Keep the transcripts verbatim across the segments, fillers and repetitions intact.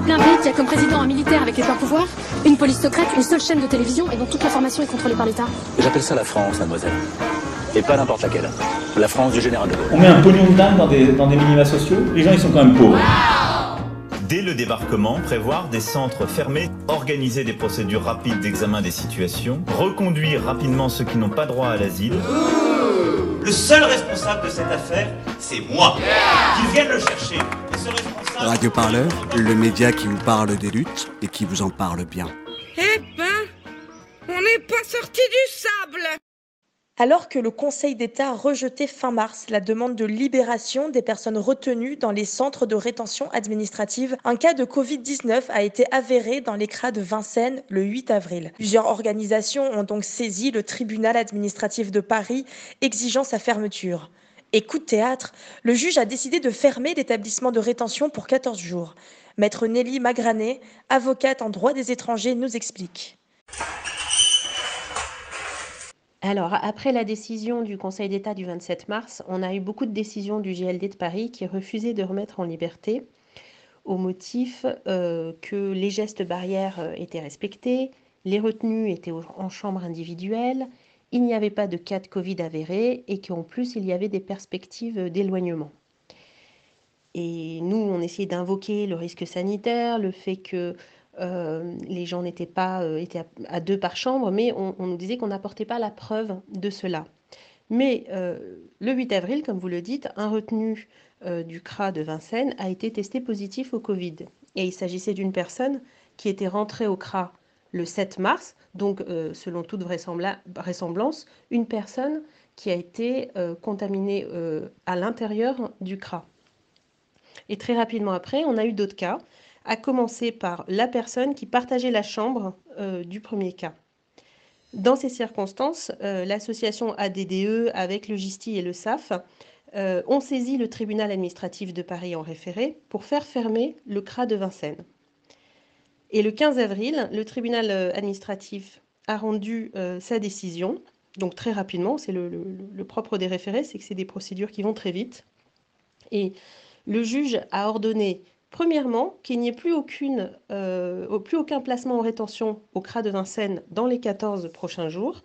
peuplez un pays qui a comme président un militaire avec les pleins pouvoirs, une police secrète, une seule chaîne de télévision et dont toute l'information est contrôlée par l'État. J'appelle ça la France, mademoiselle. Et pas n'importe laquelle. La France du général de Gaulle. On met un pognon de dingue dans des, dans des minima sociaux, les gens ils sont quand même pauvres. Dès le débarquement, prévoir des centres fermés, organiser des procédures rapides d'examen des situations, reconduire rapidement ceux qui n'ont pas droit à l'asile. Le seul responsable de cette affaire, c'est moi. Yeah. Qu'ils viennent le chercher. Et ce responsable... Radio Parleur, le média qui vous parle des luttes et qui vous en parle bien. Eh ben, on n'est pas sorti du sable. Alors que le Conseil d'État a rejeté fin mars la demande de libération des personnes retenues dans les centres de rétention administrative, un cas de covid dix-neuf a été avéré dans l'E C R A de Vincennes le huit avril. Plusieurs organisations ont donc saisi le tribunal administratif de Paris, exigeant sa fermeture. Et coup de théâtre, le juge a décidé de fermer l'établissement de rétention pour quatorze jours. Maître Nelly Magranet, avocate en droit des étrangers, nous explique. Alors, après la décision du Conseil d'État du vingt-sept mars, on a eu beaucoup de décisions du G L D de Paris qui refusaient de remettre en liberté au motif euh, que les gestes barrières euh, étaient respectés, les retenus étaient en chambre individuelle, il n'y avait pas de cas de Covid avérés et qu'en plus, il y avait des perspectives d'éloignement. Et nous, on essayait d'invoquer le risque sanitaire, le fait que Euh, les gens n'étaient pas euh, étaient à, à deux par chambre, mais on, on nous disait qu'on n'apportait pas la preuve de cela. Mais euh, le huit avril, comme vous le dites, un retenu euh, du C R A de Vincennes a été testé positif au Covid. Et il s'agissait d'une personne qui était rentrée au C R A le sept mars, donc euh, selon toute vraisembla- vraisemblance, une personne qui a été euh, contaminée euh, à l'intérieur du C R A. Et très rapidement après, on a eu d'autres cas, à commencer par la personne qui partageait la chambre euh, du premier cas. Dans ces circonstances, euh, l'association A D D E avec le G I S T I et le S A F euh, ont saisi le tribunal administratif de Paris en référé pour faire fermer le C R A de Vincennes. Et le quinze avril, le tribunal administratif a rendu euh, sa décision, donc très rapidement, c'est le, le, le propre des référés, c'est que c'est des procédures qui vont très vite. Et le juge a ordonné premièrement, qu'il n'y ait plus, aucune, euh, plus aucun placement en rétention au C R A de Vincennes dans les quatorze prochains jours.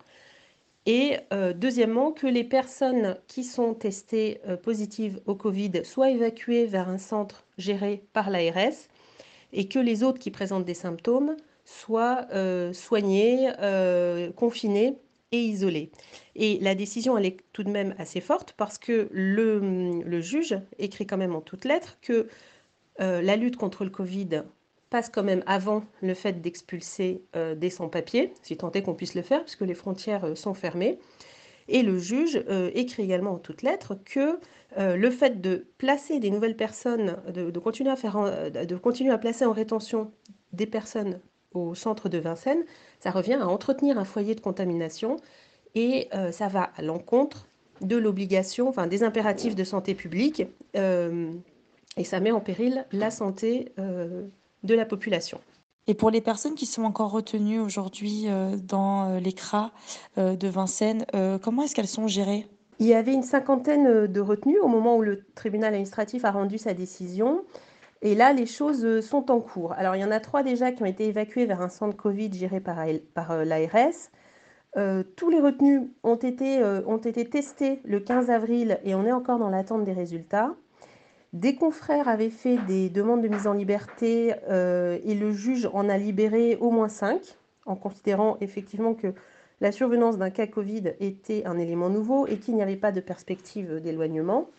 Et euh, deuxièmement, que les personnes qui sont testées euh, positives au Covid soient évacuées vers un centre géré par l'A R S et que les autres qui présentent des symptômes soient euh, soignés, euh, confinés et isolés. Et la décision, elle est tout de même assez forte parce que le, le juge écrit quand même en toutes lettres que Euh, la lutte contre le Covid passe quand même avant le fait d'expulser euh, des sans-papiers, si tant est qu'on puisse le faire, puisque les frontières euh, sont fermées. Et le juge euh, écrit également en toutes lettres que euh, le fait de placer des nouvelles personnes, de, de, continuer à faire en, de continuer à placer en rétention des personnes au centre de Vincennes, ça revient à entretenir un foyer de contamination et euh, ça va à l'encontre de l'obligation, enfin des impératifs de santé publique. Euh, Et ça met en péril la santé euh, de la population. Et pour les personnes qui sont encore retenues aujourd'hui euh, dans euh, les C R A euh, de Vincennes, euh, comment est-ce qu'elles sont gérées ? Il y avait une cinquantaine de retenues au moment où le tribunal administratif a rendu sa décision. Et là, les choses sont en cours. Alors, il y en a trois déjà qui ont été évacués vers un centre Covid géré par, par euh, l'A R S. Euh, tous les retenus ont été, euh, ont été testés le quinze avril et on est encore dans l'attente des résultats. Des confrères avaient fait des demandes de mise en liberté euh, et le juge en a libéré au moins cinq, en considérant effectivement que la survenance d'un cas Covid était un élément nouveau et qu'il n'y avait pas de perspective d'éloignement.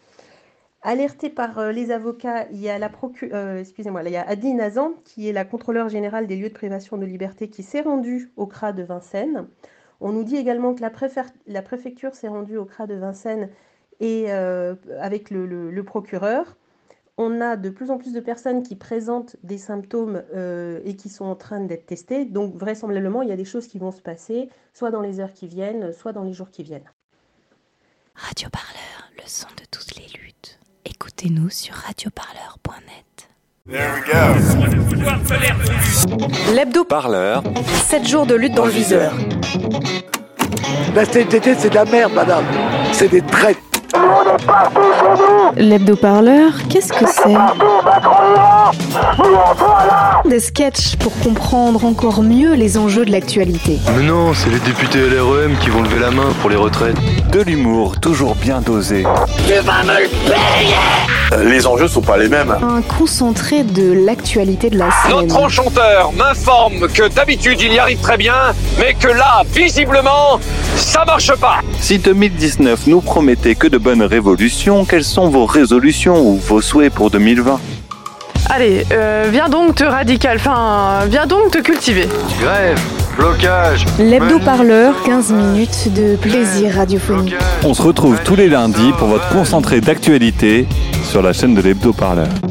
Alerté par euh, les avocats, il y a la procu- euh, excusez-moi, là, il y a Adi Nazan, qui est la contrôleure générale des lieux de privation de liberté, qui s'est rendue au C R A de Vincennes. On nous dit également que la, préfère- la préfecture s'est rendue au C R A de Vincennes et euh, avec le, le, le procureur. On a de plus en plus de personnes qui présentent des symptômes euh, et qui sont en train d'être testées. Donc vraisemblablement, il y a des choses qui vont se passer, soit dans les heures qui viennent, soit dans les jours qui viennent. Radio Parleur, le son de toutes les luttes. Écoutez-nous sur radio parleur point net. There we go. L'hebdo Parleur. sept jours de lutte dans le viseur. La C N T T, c'est de la merde, madame. C'est des traîtres. On est parti chez nous. L'hebdo-parleur, qu'est-ce que c'est ? Des sketchs pour comprendre encore mieux les enjeux de l'actualité. Mais non, c'est les députés L R E M qui vont lever la main pour les retraites. De l'humour, toujours bien dosé. Tu vas me le payer ! Les enjeux sont pas les mêmes. Un concentré de l'actualité de la scène. Notre enchanteur m'informe que d'habitude il y arrive très bien, mais que là, visiblement, ça marche pas. Si deux mille dix-neuf nous promettait que de bonnes révolutions, quelles sont vos résolutions ou vos souhaits pour deux mille vingt ? Allez, euh, viens donc te radical, enfin, viens donc te cultiver. Grève, blocage. L'hebdo-parleur, quinze minutes de plaisir radiophonique. On se retrouve tous les lundis pour votre concentré d'actualité sur la chaîne de l'hebdo-parleur.